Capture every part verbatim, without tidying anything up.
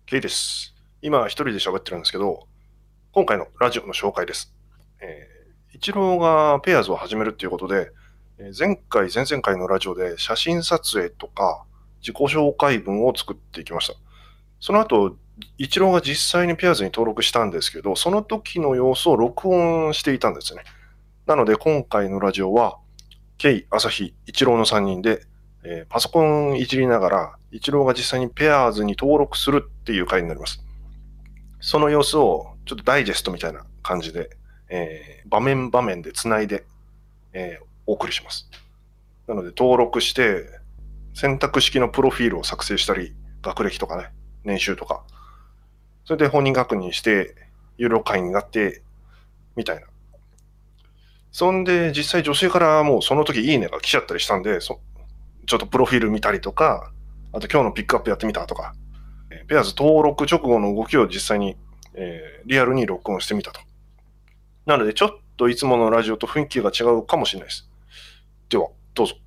ケイです。今一人で喋ってるんですけど、今回のラジオの紹介です。えー、イチローがペアーズを始めるっていうことで、前回、前々回のラジオで写真撮影とか自己紹介文を作っていきました。その後、イチローが実際にペアーズに登録したんですけど、その時の様子を録音していたんですね。なので今回のラジオは、ケイ、アサヒ、イチローのさんにんで、えー、パソコンいじりながら、イチローが実際にペアーズに登録するっていう回になります。その様子をちょっとダイジェストみたいな感じで、えー、場面場面でつないで、えー、お送りします。なので登録して、選択式のプロフィールを作成したり、学歴とかね、年収とか、それで本人確認して、有料会員になって、みたいな。そんで、実際女性からもうその時いいねが来ちゃったりしたんで、そちょっとプロフィール見たりとか、あと今日のピックアップやってみたとか、ペアーズ登録直後の動きを実際に、えー、リアルに録音してみたと。なので、ちょっといつものラジオと雰囲気が違うかもしれないです。では、どうぞ。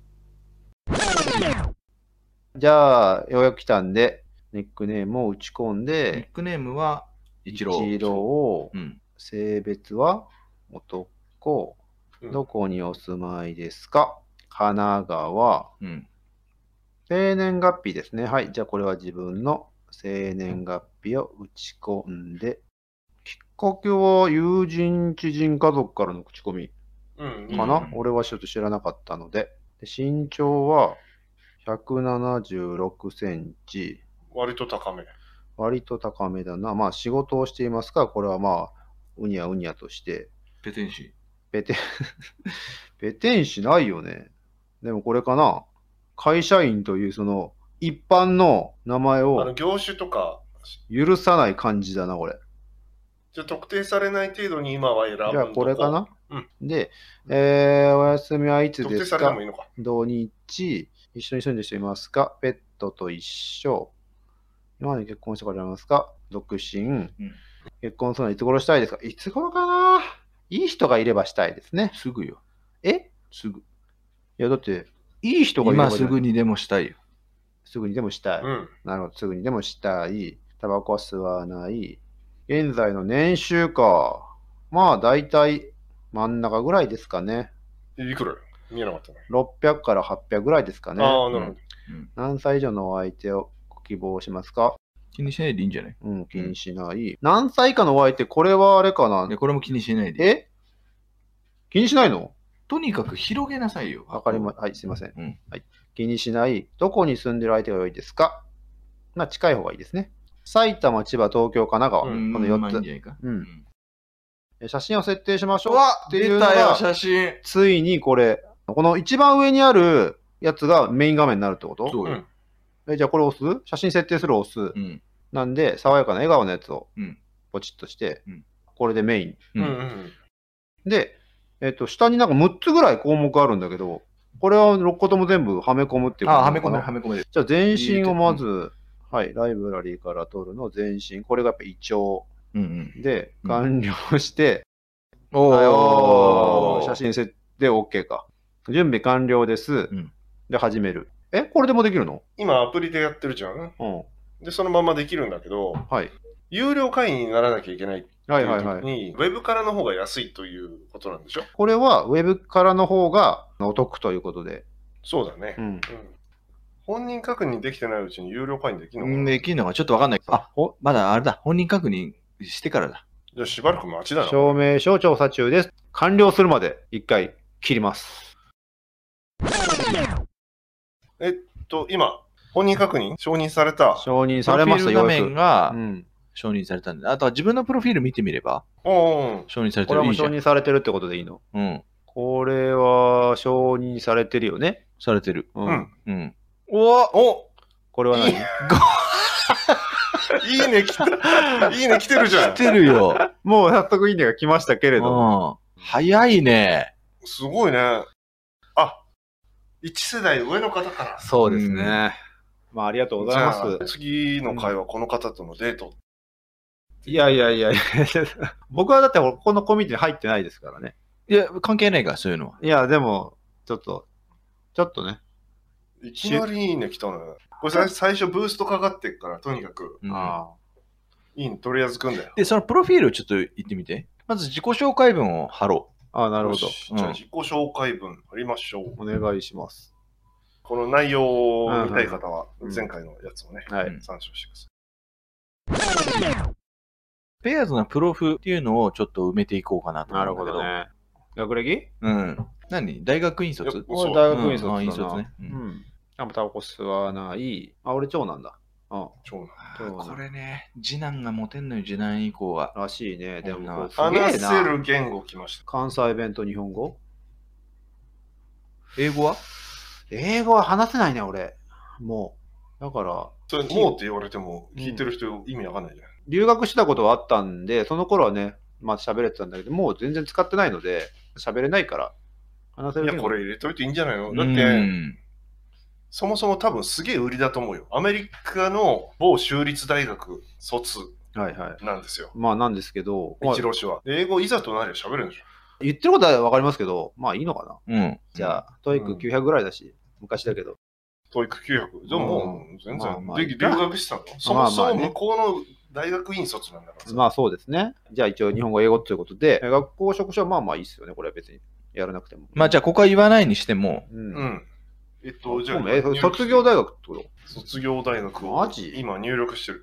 じゃあ、ようやく来たんで、ニックネームを打ち込んで、 ニックネームはイチロー。 イチロー、うん、性別は男、うん、どこにお住まいですか？神奈川、うん、生年月日ですね。はい。じゃあこれは自分の生年月日を打ち込んで、きっかけは友人、知人、家族からの口コミかな、うん、俺はちょっと知らなかったので。で身長はひゃくななじゅうろくセンチ。 割と高め。 割と高めだな。まあ仕事をしていますか？これはまあ、うにゃうにゃとして。 ペテン師。 ペテン、ペテン師ないよね。でもこれかな。会社員というその一般の名前を。 あの業種とか。 許さない感じだな、これ。 じゃあ特定されない程度に今は選ぶの。 じゃあこれかな、 うん、 で、えー、お休みはいつですか？ 特定されてもいいのか。 土日、一緒に住んでる人いますか？ペットと一緒。今まで結婚したことありますか？独身、うん。結婚するのはいつ頃したいですか？いつ頃かな？いい人がいればしたいですね。 すぐよ。 え？ すぐ。いや、だって、いい人がいれば今すぐにでもしたいよ。 すぐにでもしたい。うん、なるほど。すぐにでもしたい。タバコは吸わない。現在の年収か。まあ、だいたい真ん中ぐらいですかね。 いくら見えなかったね。 ろっぴゃくからはっぴゃくぐらいですかね。 ああ、なるほど、 うん。何歳以上のお相手をご希望しますか？ 気にしないでいいんじゃない？ うん、気にしない。うん、何歳以下のお相手、これはあれかな？ いや、これも気にしないで。 え？気にしないの？ とにかく広げなさいよ。 わかりま、はい、すいません、うん。はい。気にしない。どこに住んでる相手が良いですか？まあ、近い方がいいですね。埼玉、千葉、東京、神奈川。うん、このよっつ。まあ、いいんじゃないか。うん。うん、写真を設定しましょう。 っていうのが出たよ、写真。 ついにこれ、この一番上にあるやつがメイン画面になるってこと？ そうよ。 え、じゃあこれ押す？写真設定する押す。うん、なんで、爽やかな笑顔のやつをポチッとして、うん、これでメイン。うんうん、で、えっと、下になんかむっつぐらい項目あるんだけど、これはろっことも全部はめ込むっていうことあ、はめ込める、はめ込める。 じゃあ全身をまず、うん、はい、ライブラリーから取るの全身。これがやっぱ胃腸。うんうん、で、完了して、うん、おー、写真設定 OK か。準備完了です。うん、で、始める。え、これでもできるの？ 今アプリでやってるじゃん。うん。で、そのままできるんだけど、はい。有料会員にならなきゃいけないっていう時に、はいはいはい、ウェブからの方が安いということなんでしょ？ これはウェブからの方がお得ということで。 そうだね。うん。うん、本人確認できてないうちに有料会員できるのかな？ できるのかちょっとわかんない。あ、まだあれだ。本人確認してからだ。 じゃあしばらく待ちだな。 証明書調査中です。完了するまで一回切ります。 えっと、今、本人確認承認された。 承認されましたよ。 画面が承認されたんで、あとは自分のプロフィール見てみれば。 うん。 承認されてる。 これも承認されてるってことでいいの？うん。これは承認されてるよね？ されてる。 うん。うん。 おおこれは何？ いいいいね、来た。いいね、来てるじゃん。 来てるよ。 もう早速いいねが来ましたけれども。 うん。早いね。 すごいね。あ、一世代上の方から。 そうですね。まあ、ありがとうございます。 次の回はこの方とのデート。 いやいやいやいや僕はだってこのコミュニティに入ってないですからね。 いや、関係ないから、そういうのは。 いや、でも、ちょっと、ちょっとね。 いきなりいいね来たのよ。これ最最初ブーストかかってっから、とにかく。 うん、 あいいね、とりあえず組んだよ。 で、そのプロフィールをちょっと言ってみて。まず自己紹介文を貼ろあ、あなるほど。 よしじゃあ自己紹介文貼りましょう。 お願いします。 この内容を見たい方は、前回のやつをね、 はいうん参照してください。 う。ペアーズのプロフっていうのをちょっと埋めていこうかなと思なうんだけど。 るほどね。学歴？ うん。何大学院卒？ いや俺大学院卒うんあだな。 院卒ね。ううんん。あんまタバコ吸わない。あ、俺長男だ。うん。 長男あーこれね、次男がモテんのよ、次男以降は。 らしいね。で女はも、すげ話せえな。 る言語来ました。 関西弁と日本語？ 英語は英語は話せないね、俺。もう。だから、 それ、もうって言われても、聞いてる人意味わかんないじゃない。 留学したことはあったんで、その頃はね、まあ喋れてたんだけど、もう全然使ってないので、喋れないから、話せるいや、 言語これ入れといていいんじゃないのだっうて、 んそもそも多分すげえ売りだと思うよ。アメリカの某州立大学卒はいはい。 なんですよ。 まあなんですけど、まあ一郎氏は。英語いざとなりゃ喋れるんでしょ。 言ってることはわかりますけど、まあいいのかな。 うん。 じゃあ、トイックきゅうひゃくぐらいだし、昔だけど。 トイックきゅうひゃく。でももう全然、 まあまあで留学してたの。そもそも向こうの大学院卒なんだからさ。 まあそうですね。じゃあ一応日本語、英語ということで、学校職種はまあまあいいですよね。これは別にやらなくても。 まあじゃあここは言わないにしても、 うん。 うん。えっと、じゃあ、 え卒業大学ってこ卒業大学をマジ今入力してる。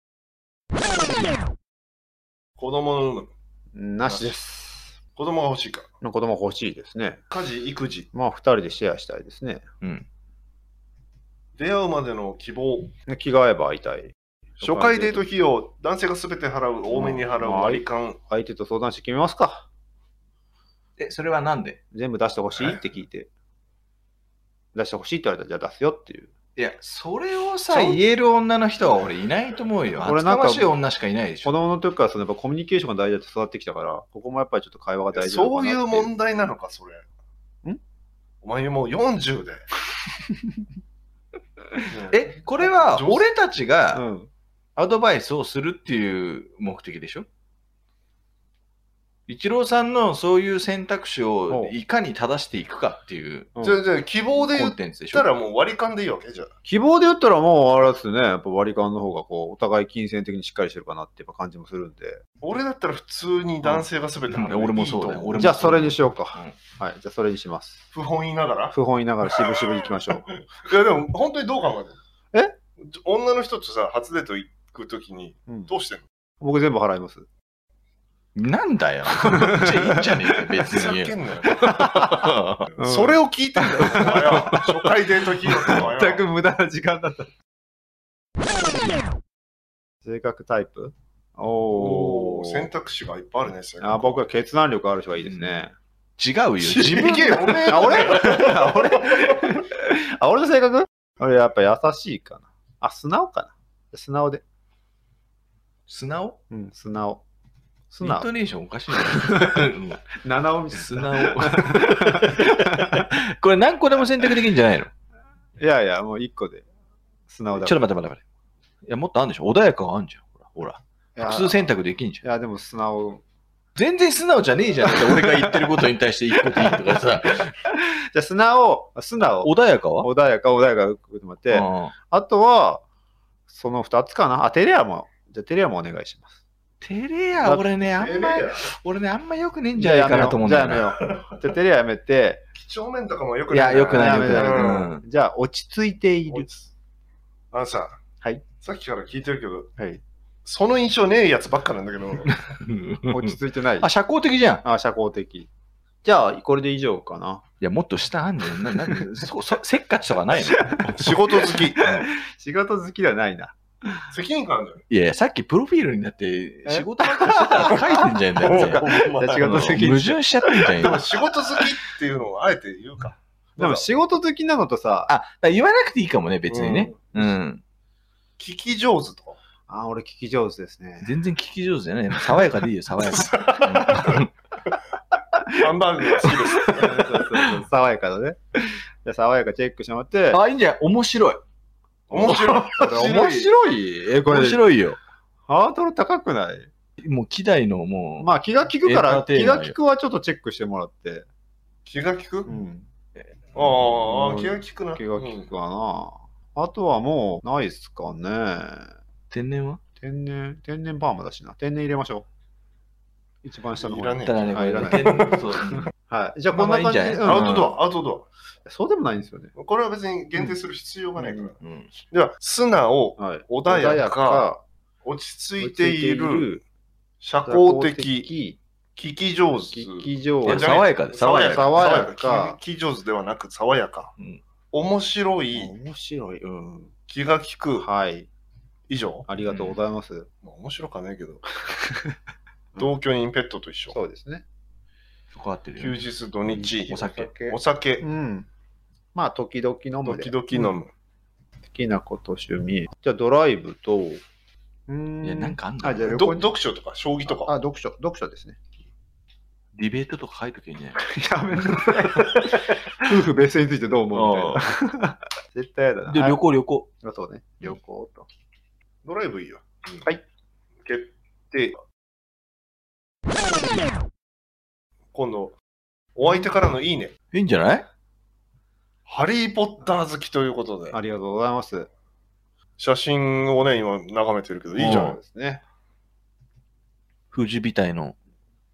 子供の有無。 となしです。 子供が欲しいか。 子供欲しいですね。 家事、育児。 まあ二人でシェアしたいですね。 うん。 出会うまでの希望。 気が合えば会いたい。 初回デート費用。男性が全て払う。多めに払う。 まあ割り勘。 相手と相談して決めますか。 え、それはなんで全部出してほしいって聞いて。出してほしいって言われたらじゃあ出すよっていう。 いや、それをさ、 そう言える女の人は俺いないと思うよ。 俺なんか厚かましい女しかいないでしょ。 子供の時からそのやっぱコミュニケーションが大事だって育ってきたから、ここもやっぱりちょっと会話が大事なのそういうかなって問題なのか、それ。 んお前もうよんじゅうで。 え、これは上手俺たちうがん。 アドバイスをするっていう目的でしょ一郎さんのそういう選択肢をいかに正していくかっていううんじゃあ、じゃあ希望でコ言っンテンツでしょたらもう割り勘でいいわけじゃあ。 希望で言ったらもうあれですね、やっぱ割り勘の方がこうお互い金銭的にしっかりしてるかなっていう感じもするんで。 俺だったら普通に男性が全て払う。 うん俺もそうだよいいと思俺もじゃあそれにしようか。 うんはい、じゃあそれにします。 不本意ながら。 不本意ながら渋々行きましょう。 いやでも本当にどう考えてるえ女の人とさ、初デート行くときにうんどうしてんの？ 僕全部払います。 なんだよ。じゃあいいんじゃねえか、別ふざに。 けんなよ。 うんそれを聞いてんだよ、お前は。初回デート費用ってのはよ。 全く無駄な時間だった。性格タイプおー。 おー選択肢がいっぱいあるね、性格あ僕は決断力ある人がいいですね。 違うよ。自自分分おめえあ、俺あ、俺あ、俺の性格俺やっぱ優しいかな。あ、素直かな。素直で。 素直うん、素直。素イント直。 ネーションおかしいな。 七尾みたい素直。これ何個でも選択できるんじゃないの？ いやいや、もう一個で。素直だちょっから。 と待って待って待って。いや、もっとあるんでしょ？穏やかがあるじゃん。ほら、ほら。 いや複数選択できんじゃん。 いや、でも素直。 全然素直じゃねえじゃん。俺が言ってることに対して一個でいいとかさ。 じゃあ素直、素直。 穏やかは穏やか、穏やか、ちょっと待って。 うんあとは、その二つかな。あ、テレアも。じゃあテレアもお願いします。 テレや、俺ね、あんま、俺ね、あんまよくねえんじゃないかなと思うんじゃだよな。 あやめよう。じゃあテレアやめて。 几帳面とかもよくいやよくないやめてよくないうんじゃあ落ち着いている。 あのさ、 はい。 さっきから聞いてるけど、 はい。 その印象ねえやつばっかなんだけど、 落ち着いてない。 あ、社交的じゃん。 あ、社交的。じゃあ、これで以上かな。 いや、もっと下あんねん。な、な、そ、そ、せっかちとかないの？ 仕事好き。 仕事好きではないな。 責任感あるんだよ。 いや、さっきプロフィールになって仕事ばっかりしてたら書いてんじゃんだよ。 じゃあ仕事好き矛盾しちゃってんじゃん、 でも今。 仕事好きっていうのをあえて言うか。 でも仕事好きなのとさ、 あ、だから言わなくていいかもね、別にね。うん。 聞き上手とか。 あ、俺聞き上手ですね。 全然聞き上手じゃない。爽やかでいいよ、爽やか。 ハンバーグが好きです。 そうそうそう爽やかだね。じゃあ爽やかチェックしてもらって。 あ、いいんじゃない？面白い。 面白い。 面白いえ、これ、 面白いよ。 ハードル高くないもう、希代のもう、 まあ気が利くかエンターら、気テイナーよが利くはちょっとチェックしてもらって。 気が利くうん。 ああ、気が利くな。 気が利くかな。あとはもう、ないっすかね。 天然は天然、天然パーマだしな。天然入れましょう。一番下の方に。 いらねえ。 はい、いらない。はい。じゃあ、こんな感じで。 アウトドア、アウトドア。そうでもないんですよね。 これは別に限定する必要がないから。では、素直、穏やか、落ち着いている、社交的、聞き上手。 聞き上手。 爽やかで、 爽やか。爽やか。 聞き上手ではなく、爽やか。面白い。 面白い。うん。 気が利く。 はい。 以上。 ありがとうございます。 面白かないけど。同居人ペットと一緒。 そうですね。 休日、土日、 お酒。 お酒。 うん。まあ、時々飲む。 時々飲む。 好きなこと、趣味。じゃあ、ドライブと、 うん。いや、なんかあんだ。 あ、じゃあ、読書とか、将棋とか。 あ、読書、読書ですね。 ディベートとか書いときゃいいんじゃないやめなさい。夫婦別姓についてどう思うみたいな。絶対やだな。 で、旅行、旅行。 あ、そうね。旅行と。 ドライブいいよ。 はい。 決定。今度、お相手からのいいね。 いいんじゃないハリー・ポッター好きということで。 ありがとうございます。 写真をね、今眺めてるけど、いいじゃないですね。 富士みたいの。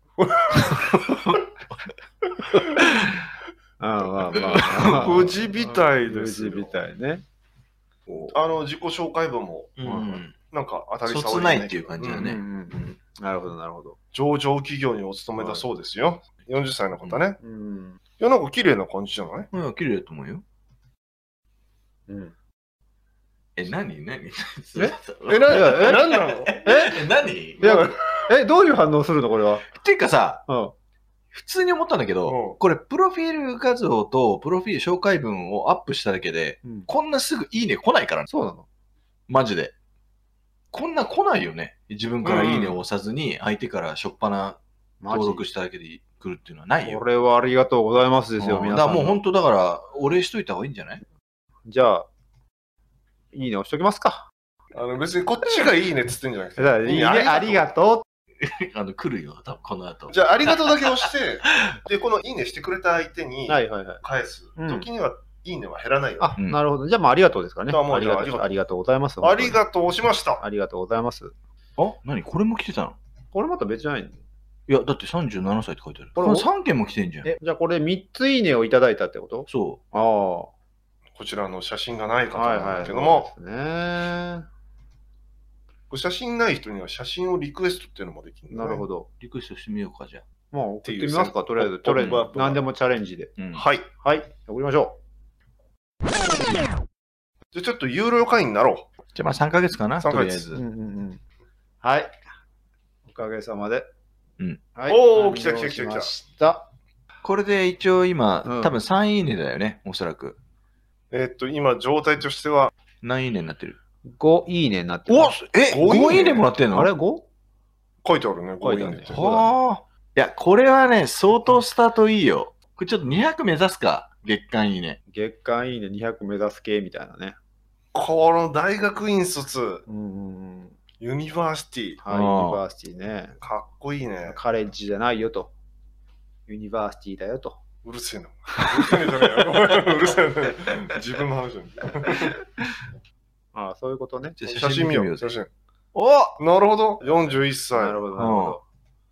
ああまあまあ。 富士みたいですよ。 富士みたいね。 あの、自己紹介文も、なんか当たり障りないっていう感じだね。 なるほど、なるほど。 上場企業にお勤めだそうですよ。よんじゅっさいの方ね。いや、なんか綺麗な感じじゃない？ うん、綺麗だと思うよ。 うん。 え、何何ええ、な、なんなの？ え、何？ いや、え、どういう反応するのこれは。 っていうかさ、普通に思ったんだけど、これ、プロフィール画像とプロフィール紹介文をアップしただけで、こんなすぐいいね来ないからね。 そうなの？ マジで。こんな来ないよね。自分からいいねを押さずに、相手からしょっぱな登録しただけで来るっていうのはないよ。 これはありがとうございますですよ、皆さん。 だからもう本当だから、お礼しといた方がいいんじゃない？ じゃあ、いいね押しときますか。 あの別にこっちがいいねっつってんじゃなくて。 いいね、ありがとう。 あの来るよ、多分この後。 じゃあ、ありがとうだけ押して、で、このいいねしてくれた相手に返す時には、いいねは減らないよ。 あ、なるほど。じゃあ、まあ、ありがとうですからね。ありがとう。ありがとうございます。 ありがとう押しました。 ありがとうございます。 あ、何これも来てたの？ これまた別じゃないの？ いや、だってさんじゅうななさいって書いてある。これさんけんも来てんじゃん。 え、じゃあこれみっついいねをいただいたってこと？ そう。 ああ。 こちらの写真がない方なんだけども。 そうですね。 写真ない人には写真をリクエストっていうのもできる、 ね。なるほど。 リクエストしてみようか、じゃあ。 まあ、送ってみますか、とりあえず。とりあえず、何でもチャレンジで。 うん、はい。 はい。送りましょう。 じゃあちょっと有料会員になろう。 じゃあまあさんかげつかな、とりあえず。 うんうんうん、はい。おかげさまで。 うん。 はい、 おー、来た来た来た来た。 これで一応今、うん、多分さんいいねだよね、おそらく。 えー、っと、今、状態としては。 何いいねになってる？ ごいいねになってる。 おえ ?ご いいねもらってんの？ あれ ご？ 書いてあるね、ごいいね。 はあ。いや、これはね、相当スタートいいよ。これちょっとにひゃく目指すか、月間いいね。 月間いいねにひゃく目指す系みたいなね。 この大学院卒。 うんうん、 ユニバーシティ。 はい、ユニバーシティね。 かっこいいね。 カレッジじゃないよと。ユニバーシティだよと。 うるせえな。うるせえじゃねえよ。うるせえな。自分の話だね。 ああ、そういうことね。 写真見よう、写真。 おなるほど。よんじゅういっさい。 なるほど、なるほど。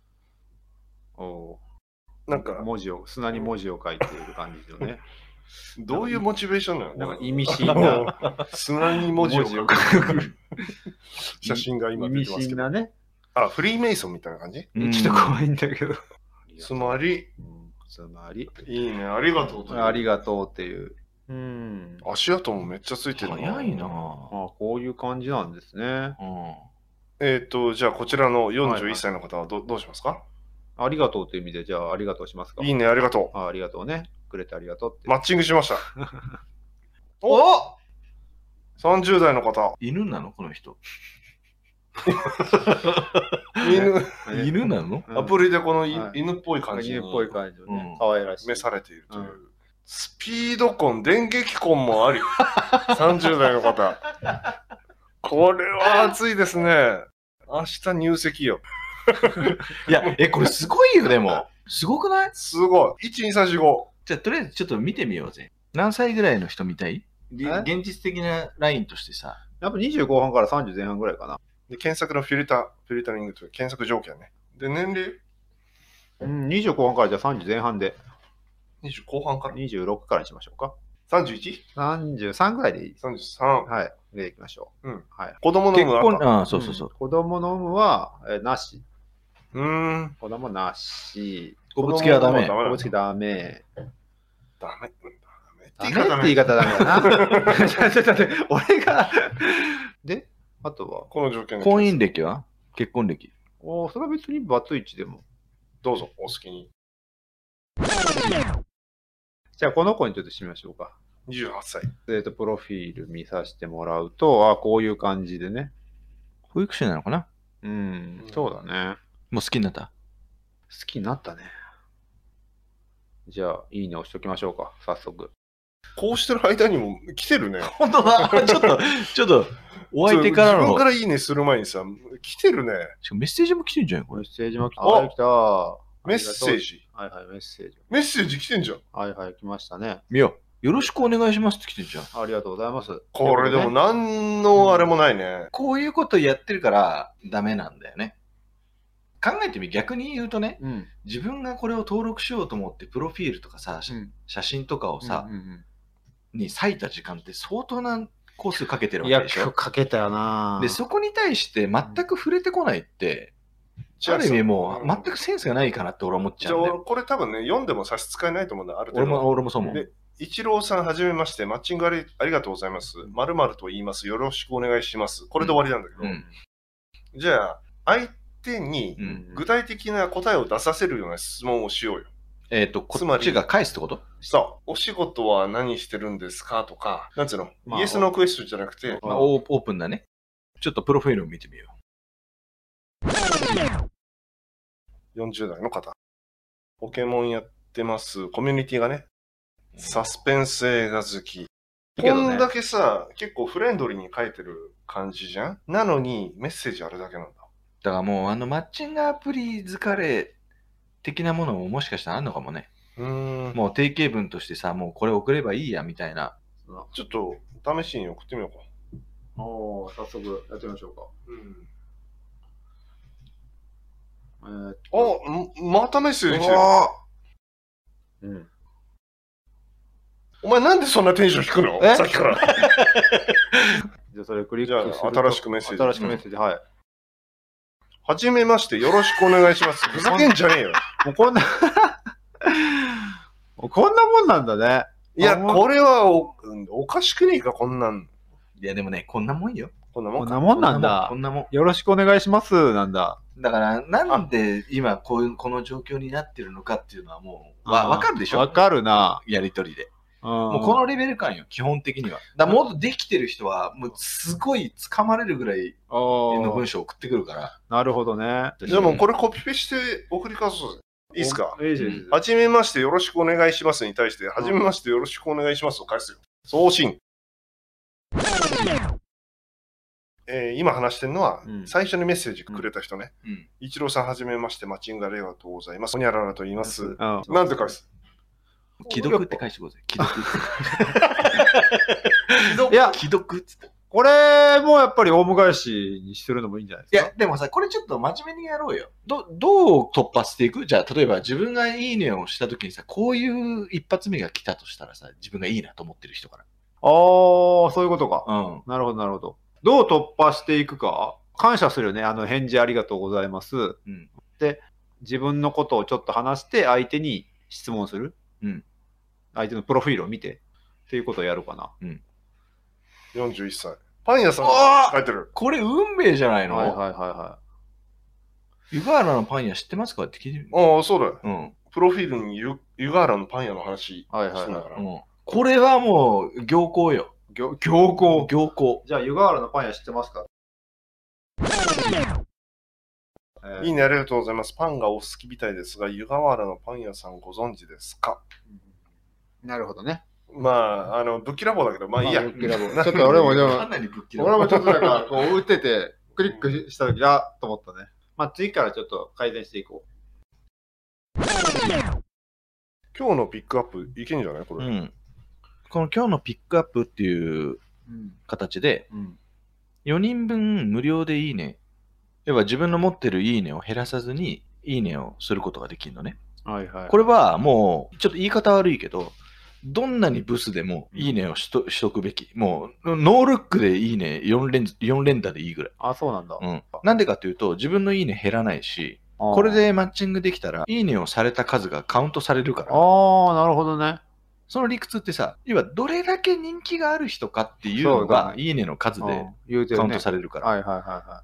おなんか、 文字を、砂に文字を書いている感じのね。 どういうモチベーションなの？ なんか意味深な。 砂に文字を書く写真が今出てますけど。 意味深なね。 あ、フリーメイソンみたいな感じ？ ちょっと怖いんだけど。 つまり、 つまり。 いいね、ありがとうと。 ありがとうっていう。 うん。足跡もめっちゃついてるな。早いなぁ。あ、 こういう感じなんですね。うん、 えっと、じゃあこちらのよんじゅういっさいの方は ど,、はいはい、どうしますか？ ありがとうという意味で、じゃあありがとうしますか？ いいね、ありがとう。 あ, ありがとうね。くれてありがとうって。 マッチングしました。お !さんじゅう 代の方。 犬なのこの人。 犬犬なの？ アプリでこの、はい、犬っぽい感じ。 犬っぽい感じのね。可愛らしい。 召されているという。うん、スピード婚、電撃婚もあり。さんじゅう代の方。これは熱いですね。明日入籍よ。 いや、え、これすごいよ、でも。すごくない？ すごい。いち、に、さん、よん、ご。 じゃあ、とりあえずちょっと見てみようぜ。 何歳ぐらいの人みたい？現実的なラインとしてさ。 やっぱにじゅうご半からさんじゅう前半ぐらいかな。 で、検索のフィルター、フィルタリングという検索条件ね。で、年齢うん、にじゅう後半からじゃあさんじゅう前半で。 にじゅう後半から ? にじゅうろくからにしましょうか。 さんじゅういち? さんじゅうさんぐらいでいい。 さんじゅうさん。 はい。でいきましょう。うん。 はい。 子供の有無あった。 ああ、そうそうそう。 うん、子供の有無は、えなし。 うーん。 子供なし。 ごぶつきはダメ。 ごぶつきダメ。 ダメ。 ダメって言い方ダメだな。ちょっと待って、俺が。で、あとはこの条件。 婚姻歴は？結婚歴。 おお、それは別にバツイチでも。 どうぞ、お好きに。 じゃあ、この子にちょっとしてみましょうか。 にじゅうはっさい。 えっと、プロフィール見させてもらうと、あ、こういう感じでね。 保育士なのかな？ うん、そうだね。 もう好きになった？ 好きになったね。じゃあ、いいね押しときましょうか、早速。 こうしてる間にも来てるね。 本当だ。ちょっと、ちょっと、お相手からの。 自分からいいねする前にさ、来てるね。 しかもメッセージも来てんじゃん、これ。 メッセージも来た。はい、来た。 メッセージ。 はいはい、メッセージ。 メッセージ来てんじゃん。 はいはい、来ましたね。 見よう。よろしくお願いしますって来てんじゃん。 ありがとうございます。 これでも何のあれもないね。 こういうことやってるからダメなんだよね。考えてみ、逆に言うとね、 うん、 自分がこれを登録しようと思って、プロフィールとかさ、うん、写真とかをさ、うんうんうんに割いた時間って相当なコースかけてるわけでしょ。 いや、かけたよな。 で、そこに対して全く触れてこないって、うん、ある意味もう全くセンスがないかなって俺は思っちゃうんだよ。 じゃあこれ多分ね、読んでも差し支えないと思うんだ、ある程度。俺も、俺もそう思う。で、 一郎さんはじめまして、マッチングあり、ありがとうございます。〇〇と言います。よろしくお願いします。これで終わりなんだけど、うん、じゃあ、相手に具体的な答えを出させるような質問をしようよ。 えっと、こっちが返すってこと？ そう。お仕事は何してるんですかとか、なんつうの、まあ、イエスのクエスチョンじゃなくて、 まあ、オープンだね。ちょっとプロフィールを見てみよう。よんじゅう代の方。ポケモンやってます。コミュニティがね、サスペンス映画好き。こんだけさ、結構フレンドリーに書いてる感じじゃん？なのに、メッセージあれだけなんだ。 だからもう、あの、マッチングアプリ疲れ的なものももしかしたらあるのかもね。 うーん。 もう定型文としてさ、もうこれ送ればいいやみたいな。 ちょっと試しに送ってみようか。 おー、早速やってみましょうか。 うん。えー、あ、またメッセージ来てる。うん。お前なんでそんなテンション低くの？さっきから。 じゃあそれクリックすると新しくメッセージ。 新しくメッセージ、うん、はい。 はじめまして、よろしくお願いします。ふざけんじゃねえよ。 もうこんなこんなもんなんだね。 いや、これは お, おかしくねえか、こんなん。 いや、でもね、こんなもんよ。 こんなもんか。こんなもんなんだ。 こんなもん。 よろしくお願いします、なんだ。 だから、なんで今こういう、この状況になってるのかっていうのはもう、わ、わかるでしょ？ わかるな。 やりとりで。もうこのレベル感よ、基本的には。だもっとできてる人は、もうすごい掴まれるぐらいの文章を送ってくるから。 なるほどね。 でもこれコピペして送り返そうぜ。いいっすか？はじめましてよろしくお願いしますに対して、はじめましてよろしくお願いしますを返すよ。送信。えー、今話してるのは、うん、最初にメッセージくれた人ね。うん、一郎さんはじめまして、マッチングありがとうございます。ほにゃららと言います。うん、なんて返す？ 既読って返してください。既読。いや、 既読っつって。 これもやっぱりオウム返しにするのもいいんじゃないですか。 いや、でもさ、これちょっと真面目にやろうよ。ど、どう突破していく？じゃあ、例えば自分がいいねをしたときにさ、こういう一発目が来たとしたらさ、自分がいいなと思ってる人から。 ああ、そういうことか。うん。なるほど、なるほど。どう突破していくか？感謝するよね。あの、返事ありがとうございます。うん。で、自分のことをちょっと話して相手に質問する。うん。相手のプロフィールを見てっていうことをやるかな。うん。 よんじゅういっさい。パン屋さんが書いてる。 これ運命じゃないの？ はいはいはいはい。 湯河原のパン屋知ってますかって聞いてみる。 ああ、そうだよ。うん。プロフィールに湯河原のパン屋の話してんだから。はいはいはい。 うん。これはもう行幸よ。 行幸。 行幸。 じゃあ湯河原のパン屋知ってますか？ えー、いいね、ありがとうございます。パンがお好きみたいですが、湯河原のパン屋さんご存知ですか？ なるほどね。 まあ、あの、ぶっきらぼうだけど、まあいいや。 ぶっきらぼう。ちょっと俺もでも、俺もちょっとなんか、こう打ってて、クリックしたとき、あっと思ったね。まあ次からちょっと改善していこう。 今日のピックアップいけんじゃないこれ。うん。 この今日のピックアップっていう形で、よにんぶん無料でいいね。要は自分の持ってるいいねを減らさずに、いいねをすることができるのね。 はいはい。 これはもう、ちょっと言い方悪いけど、どんなにブスでもいいねをしと、しとくべき。もう、ノールックでいいね、よん連、よん連打でいいぐらい。 あ、そうなんだ。 うん。なんでかというと、自分のいいね減らないし、これでマッチングできたら、いいねをされた数がカウントされるから。 ああ、なるほどね。 その理屈ってさ、要はどれだけ人気がある人かっていうのが、いいねの数でカウントされるから。 はいはいはいはい。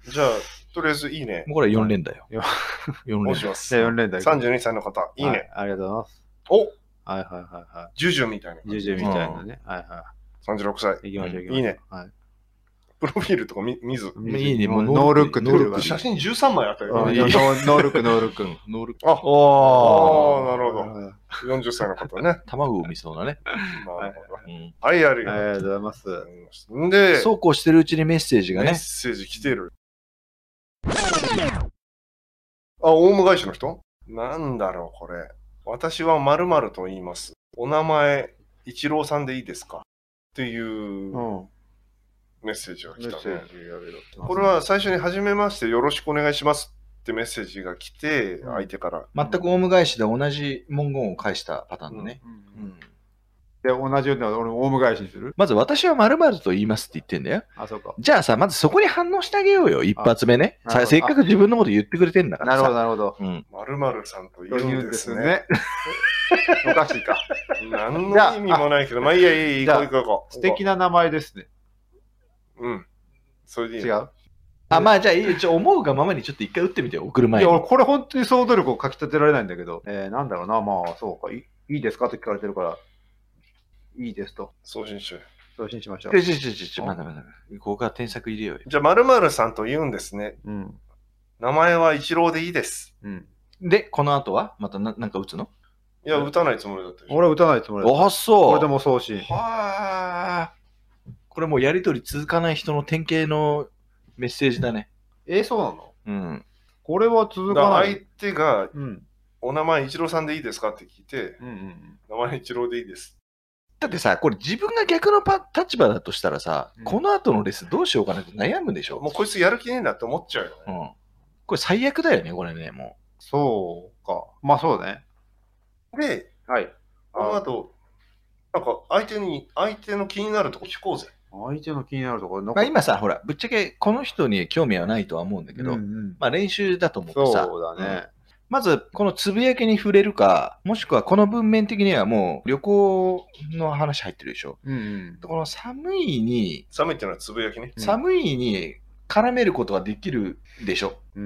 じゃあ、とりあえずいいね。 もうこれはよん連だよ。 よん連。 押します。 じゃあよん連だ。 さんじゅうにさいの方、いいね。 ありがとうございます。 おはいはいはいはい。 ジュジュみたいな。 ジュジュみたいなね。はいはい。 さんじゅうろくさい。 行きましょう行きましょう。 いいね。 はい。 プロフィールとか見見ず。 いいね。 もうノールックっていうか。 写真じゅうさんまいあったよ。 ノールック、ノールック。 ノールック。 あ、おー、なるほど。よんじゅっさいの方ね。 卵を産みそうなね。 はい、ありがとうございます。 で、 そうこうしてるうちにメッセージがね。 メッセージ来てる。あ、オウム返しの人？なんだろう、これ。私は〇〇と言います。お名前、イチローさんでいいですか？っていうメッセージが来たね。これは最初に初めましてよろしくお願いしますってメッセージが来て、相手から。 全くオウム返しで同じ文言を返したパターンだね。 で、同じような俺もオウム返しにする？ まず私は〇〇と言いますって言ってんだよ。 あ、そうか。 じゃあさ、まずそこに反応してあげようよ、一発目ね。せっかく自分のこと言ってくれてんだからさ。 なるほど、なるほど。 〇〇さんと言うんですね。 おかしいか。 何の意味もないけど、まあいいやいいや、行こう行こう行こう。 素敵な名前ですね。 うん。それでいい。 違う？ あ、まあじゃあいい、ちょ思うがままにちょっと一回打ってみてよ、送る前に。 いや、俺これ本当に想像力をかき立てられないんだけど、えー、なんだろうな、まあそうか、いいですかって聞かれてるから、いいですと。 送信しよう。送信しましょう。 ちょちょちょちょ、まだまだ。ここから添削入れようよ。 じゃあ、〇〇さんと言うんですね。 うん。 名前はイチローでいいです。 うん。 で、この後はまたななんか打つの？ いや、打たないつもりだったでしょ。 俺は打たないつもりだった。 あ、そう。 これでも送信。 はあ。これもうやりとり続かない人の典型のメッセージだね。 えー、そうなの？ うん。 これは続かない。 相手が、 うん、 お名前イチローさんでいいですかって聞いて、 うんうん、 名前イチローでいいです。 だってさ、これ自分が逆のパ立場だとしたらさ、うん、この後のレッスンどうしようかなって悩むでしょ。 もうこいつやる気ねえなって思っちゃうよね。 うん。これ最悪だよね、これね、もう。 そうか。まあそうね。 で、 はい。 この後、なんか相手に、相手の気になるとこ聞こうぜ。 相手の気になるところ、 まあ今さ、ほら、ぶっちゃけこの人に興味はないとは思うんだけど、うんうん、まあ練習だと思ってさ。 そうだね。うん、 まず、このつぶやきに触れるか、もしくはこの文面的にはもう旅行の話入ってるでしょ。 うんうん、 この寒いに、 寒いっていうのはつぶやきね。 寒いに絡めることができるでしょ。 うん、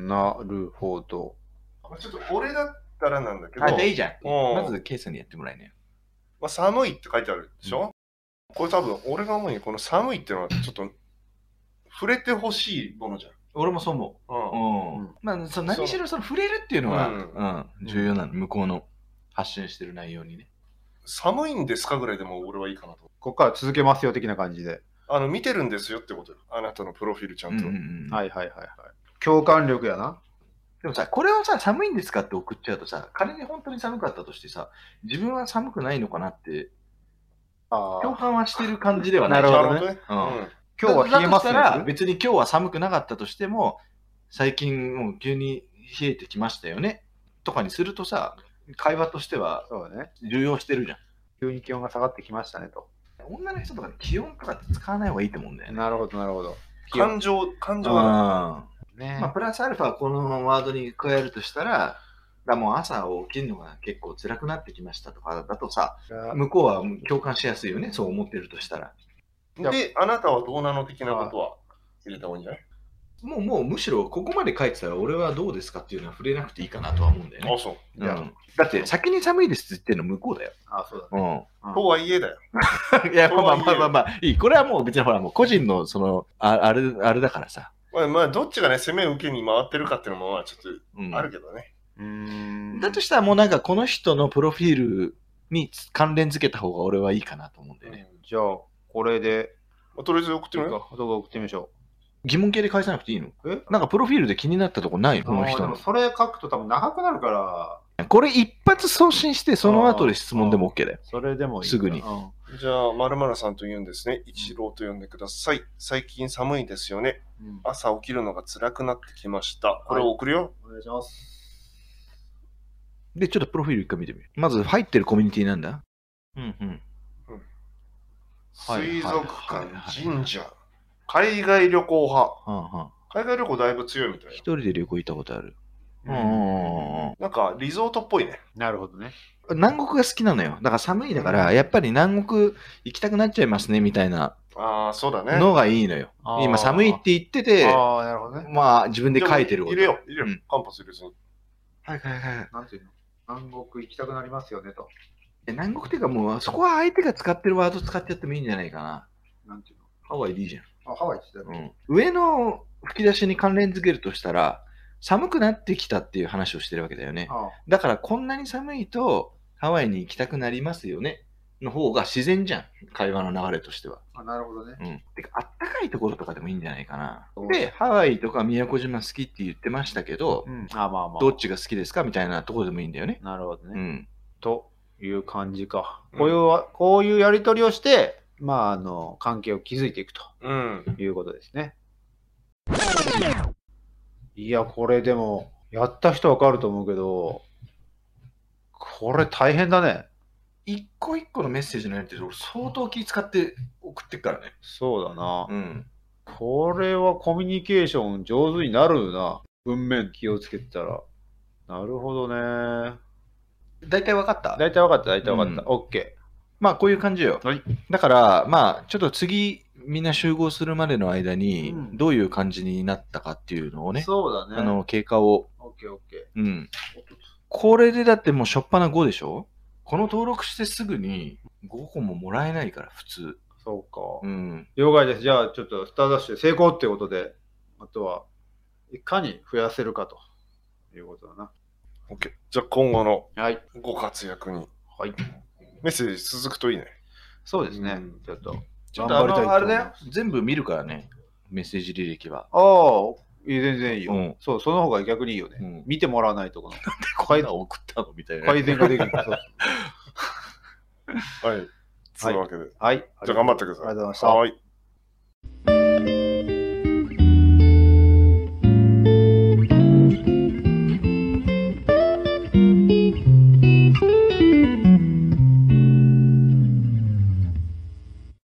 なるほど。 ちょっと俺だったらなんだけど。 あ、じゃあいいじゃん。まずケースにやってもらえね。 まあ、寒いって書いてあるでしょ、うん、これ多分俺が思うにこの寒いっていうのはちょっと触れてほしいものじゃん。 俺もそう思う。うんうん、まあその何しろその触れるっていうのは、うんうん、重要なの。向こうの発信してる内容にね。 寒いんですかぐらいでも俺はいいかなと。 ここから続けますよ的な感じで。 あの見てるんですよってことよ。あなたのプロフィールちゃんと。うんうんうん、はいはいはいはい。共感力やな。 でもさ、これをさ、寒いんですかって送っちゃうとさ、仮に本当に寒かったとしてさ、自分は寒くないのかなって、共感はしてる感じではない。 なるほどね。 うん、 今日は冷えますね。 だとしたら、別に今日は寒くなかったとしても、最近もう急に冷えてきましたよね、とかにするとさ、会話としては重要してるじゃん。 急に気温が下がってきましたねと。 女の人とか気温とかって使わない方がいいと思うんだよね。 なるほど、なるほど。 感情、感情だ。 ね、まあ、プラスアルファこのワードに加えるとしたら、だもう朝起きるのが結構辛くなってきましたとかだとさ、向こうは共感しやすいよね、そう思ってるとしたら。 で、あなたはどうなの的なことは入れた方がいいんじゃない？ もう、もうむしろここまで書いてたら俺はどうですかっていうのは触れなくていいかなとは思うんだよね。 あ、そう。 うん、だって先に寒いですって言ってるの向こうだよ。 あ、そうだね。 うん。とはいえだよ。 いや、まあまあまあまあまあ、いい。これはもう別にほら、もう個人のその、ああれ、あれだからさ。 まあ、まあ、どっちがね、攻め受けに回ってるかっていうのも、まあ、ちょっとあるけどね。 うん。 だとしたらもうなんかこの人のプロフィールに関連付けた方が俺はいいかなと思うんだよね。 うん、じゃあ、これで。 まあ、とりあえず送ってみよう。動画送ってみましょう。 疑問形で返さなくていいの？えなんかプロフィールで気になったとこないのこの人の。 それ書くと多分長くなるから。 これ一発送信して、その後で質問でも OK だよ。 それでもいい。 すぐに。 じゃあ、まるまるさんと言うんですね。一郎と呼んでください。最近寒いですよね。うん、朝起きるのが辛くなってきました。これを送るよ。はい、 お願いします。 で、ちょっとプロフィール一回見てみる。まず入ってるコミュニティなんだ。うんうん。うん、 水族館、神社、海外旅行派。はあはあ、海外旅行だいぶ強いみたいな。 一人で旅行行ったことある。 うん、なんかリゾートっぽいね。 なるほどね。 南国が好きなのよ。だから寒いだから、やっぱり南国行きたくなっちゃいますねみたいなのがいいのよ。今寒いって言ってて、 あなるほどね、 まあ自分で書いてること。 入れよう、入れよう。うん、カンパス入れずに。 はいはいはい。 なんていうの、南国行きたくなりますよねと。 南国っていうかもうそこは相手が使ってるワード使ってやってもいいんじゃないかな。 なんていうの、 ハワイでいいじゃん。 あ、ハワイって言ってた、 うん、上の吹き出しに関連づけるとしたら、寒くなってきたっていう話をしてるわけだよね。ああ、だからこんなに寒いとハワイに行きたくなりますよねの方が自然じゃん、会話の流れとしては。 あ、なるほどね。 うん。てかあったかいところとかでもいいんじゃないかな。で、ハワイとか宮古島好きって言ってましたけど、うん、あまあまあ、どっちが好きですかみたいなところでもいいんだよね。 なるほどね。 うん、 という感じか。こういう、うん、こういうやり取りをして、まあ、あの関係を築いていくと、うん、いうことですね。いや、これでも、やった人わかると思うけど、これ大変だね。 一個一個のメッセージのやり取り、相当気使って送ってっからね。 そうだな。うん。これはコミュニケーション上手になるな。文面気をつけてたら。なるほどね。 大体わかった？ 大体わかった、大体わかった。オッケー。 まあ、こういう感じよ。はい。だから、まあ、ちょっと次、みんな集合するまでの間に、どういう感じになったかっていうのをね、 そうだね。 あの、経過を。 オッケーオッケー。うん。これでだってもうしょっぱなごでしょ？この登録してすぐにごこももらえないから、普通。 そうか。 うん。 了解です。じゃあ、ちょっとスターダッシュ成功っていうことで、あとは、いかに増やせるかということだな。 OK。じゃあ、今後のご活躍に、はい、メッセージ続くといいね。 そうですね。うん、ちょっと。 ちょっとあの、あれだよ。全部見るからね。メッセージ履歴は。 ああ、全然いいよ、うん。そう、その方が逆にいいよね。うん、見てもらわないとか。なんでこんな送ったのみたいな。 改善ができる。そうはい。そういうわけで。 はい。 じゃあ頑張ってください。 ありがとうございました。 はい。